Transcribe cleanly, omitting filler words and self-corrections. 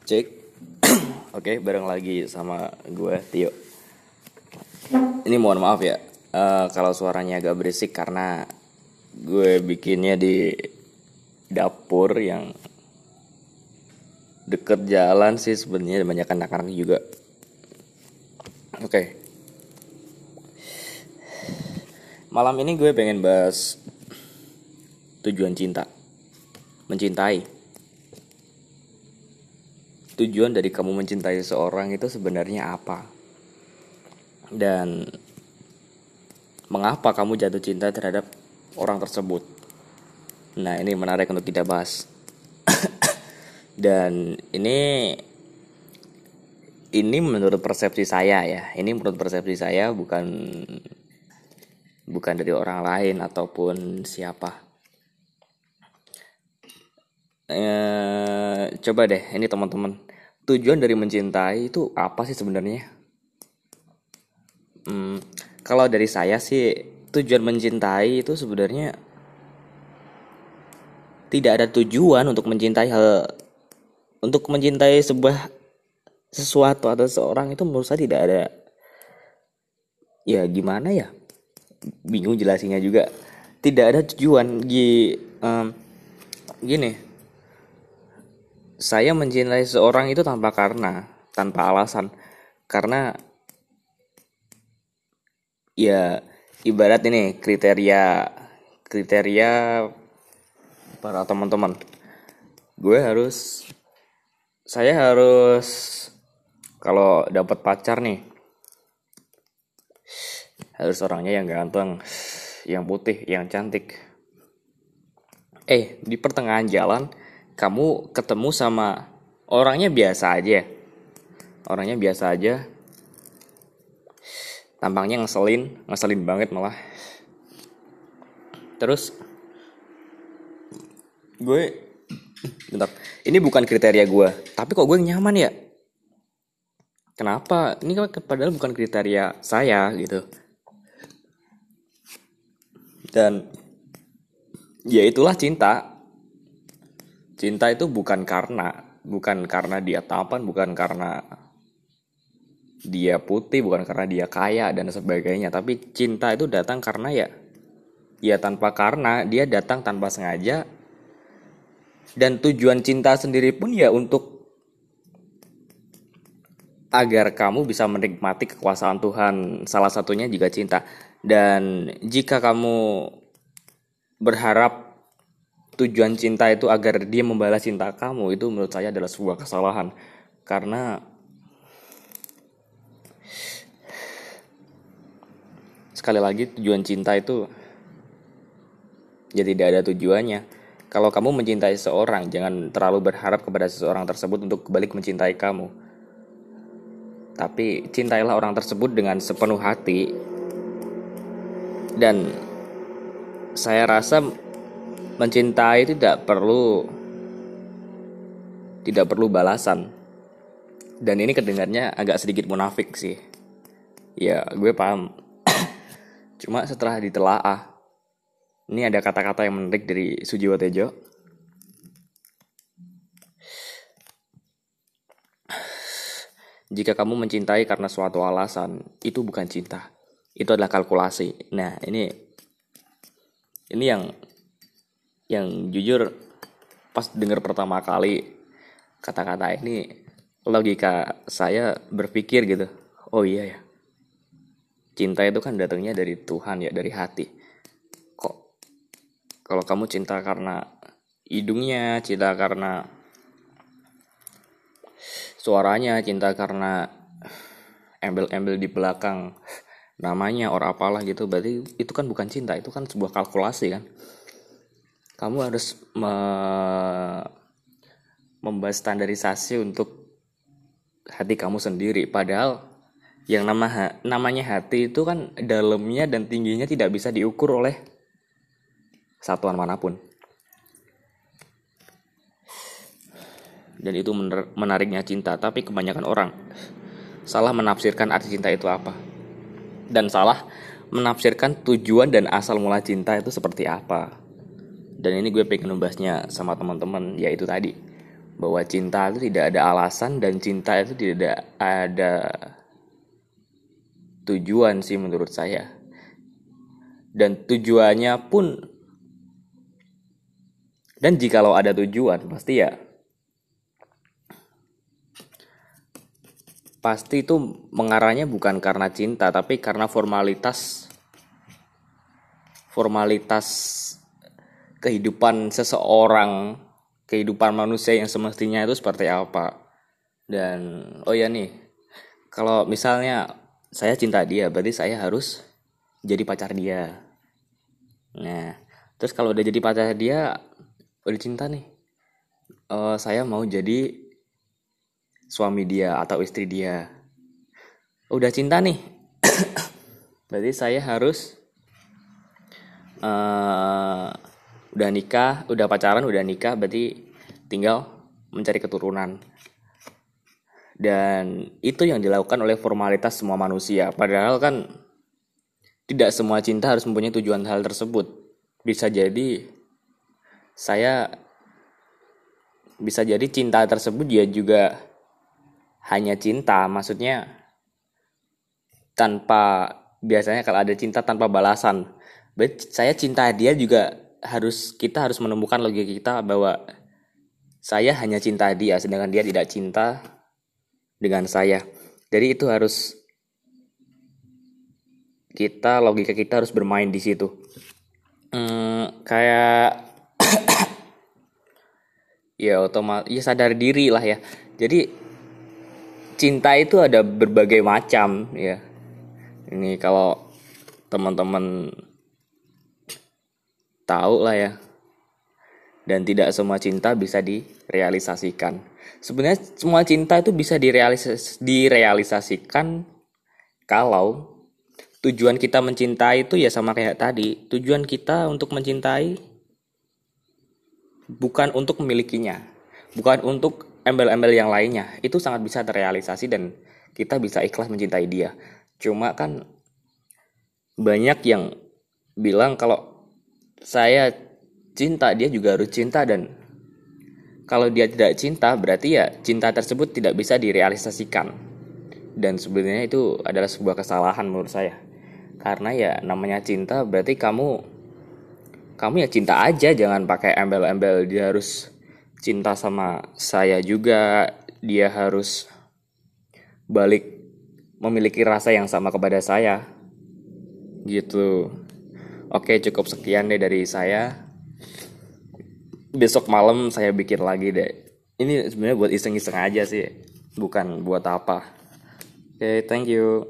Cek. Oke, bareng lagi sama gue Tio. Ini mohon maaf ya, kalau suaranya agak berisik karena gue bikinnya di dapur yang deket jalan sih sebenarnya, banyak anak-anak juga. Oke. Malam ini gue pengen bahas tujuan cinta. Mencintai. Tujuan dari kamu mencintai seorang itu sebenarnya apa? Dan mengapa kamu jatuh cinta terhadap orang tersebut? Nah, ini menarik untuk kita bahas. Dan ini menurut persepsi saya ya. Ini menurut persepsi saya, bukan dari orang lain ataupun siapa. Coba deh, ini teman-teman, tujuan dari mencintai itu apa sih sebenarnya? Kalau dari saya sih, tujuan mencintai itu sebenarnya tidak ada tujuan untuk mencintai sebuah sesuatu atau seseorang. Itu menurut saya tidak ada. Ya gimana ya, bingung jelasinnya juga. Tidak ada tujuan. Gini, saya mencintai seorang itu tanpa alasan. Karena ya ibarat ini kriteria para teman-teman. Saya harus kalau dapat pacar nih, harus orangnya yang ganteng, yang putih, yang cantik. Di pertengahan jalan kamu ketemu sama orangnya biasa aja, tampangnya ngeselin banget malah. Terus bentar, ini bukan kriteria gue, tapi kok gue nyaman ya? Kenapa? Ini kan padahal bukan kriteria saya gitu. Dan ya itulah cinta. Cinta itu bukan karena dia tampan, bukan karena dia putih, bukan karena dia kaya dan sebagainya. Tapi cinta itu datang karena ya tanpa karena, dia datang tanpa sengaja. Dan tujuan cinta sendiri pun ya untuk agar kamu bisa menikmati kekuasaan Tuhan. Salah satunya juga cinta. Dan jika kamu berharap tujuan cinta itu agar dia membalas cinta kamu, itu menurut saya adalah sebuah kesalahan. Karena sekali lagi, tujuan cinta itu ya tidak ada tujuannya. Kalau kamu mencintai seseorang, jangan terlalu berharap kepada seseorang tersebut untuk balik mencintai kamu. Tapi cintailah orang tersebut dengan sepenuh hati. Dan saya rasa mencintai tidak perlu balasan. Dan ini kedengarnya agak sedikit munafik sih. Ya, gue paham. Cuma setelah ditelaah, ini ada kata-kata yang menarik dari Sujiwo Tejo. Jika kamu mencintai karena suatu alasan, itu bukan cinta. Itu adalah kalkulasi. Nah, ini yang jujur pas dengar pertama kali kata-kata ini, logika saya berpikir gitu. Oh iya ya. Cinta itu kan datangnya dari Tuhan ya, dari hati. Kok kalau kamu cinta karena hidungnya, cinta karena suaranya, cinta karena embel-embel di belakang namanya or apalah gitu, berarti itu kan bukan cinta, itu kan sebuah kalkulasi kan. Kamu harus membuat standarisasi untuk hati kamu sendiri. Padahal yang namanya hati itu kan dalamnya dan tingginya tidak bisa diukur oleh satuan manapun. Dan itu menariknya cinta. Tapi kebanyakan orang salah menafsirkan arti cinta itu apa, dan salah menafsirkan tujuan dan asal mula cinta itu seperti apa. Dan ini gue pengen membahasnya sama teman-teman, yaitu tadi, bahwa cinta itu tidak ada alasan dan cinta itu tidak ada tujuan sih menurut saya. Dan tujuannya pun, dan jikalau ada tujuan pasti itu mengarahnya bukan karena cinta tapi karena formalitas kehidupan seseorang, kehidupan manusia yang semestinya itu seperti apa. Dan oh ya nih, kalau misalnya saya cinta dia, berarti saya harus jadi pacar dia. Nah, terus kalau udah jadi pacar dia, udah cinta nih, saya mau jadi suami dia atau istri dia. Udah cinta nih, berarti saya harus udah nikah, udah pacaran, udah nikah, berarti tinggal mencari keturunan. Dan itu yang dilakukan oleh formalitas semua manusia. Padahal kan tidak semua cinta harus mempunyai tujuan hal tersebut. Bisa jadi cinta tersebut dia juga hanya cinta, maksudnya biasanya kalau ada cinta tanpa balasan. Berarti saya cinta dia juga kita harus menemukan logika kita bahwa saya hanya cinta dia sedangkan dia tidak cinta dengan saya. Jadi itu logika kita harus bermain di situ. Kayak ya otomatis ya sadar diri lah ya. Jadi cinta itu ada berbagai macam ya. Ini kalau teman-teman tahu lah ya. Dan tidak semua cinta bisa direalisasikan. Sebenarnya semua cinta itu bisa direalisasikan kalau tujuan kita mencintai itu ya sama kayak tadi. Tujuan kita untuk mencintai bukan untuk memilikinya, bukan untuk embel-embel yang lainnya. Itu sangat bisa terrealisasi dan kita bisa ikhlas mencintai dia. Cuma kan banyak yang bilang kalau saya cinta, dia juga harus cinta, dan kalau dia tidak cinta berarti ya cinta tersebut tidak bisa direalisasikan. Dan sebenarnya itu adalah sebuah kesalahan menurut saya. Karena ya namanya cinta berarti kamu ya cinta aja, jangan pakai embel-embel dia harus cinta sama saya juga, dia harus balik memiliki rasa yang sama kepada saya gitu. Oke, cukup sekian deh dari saya. Besok malam saya bikin lagi deh. Ini sebenarnya buat iseng-iseng aja sih, bukan buat apa. Oke, thank you.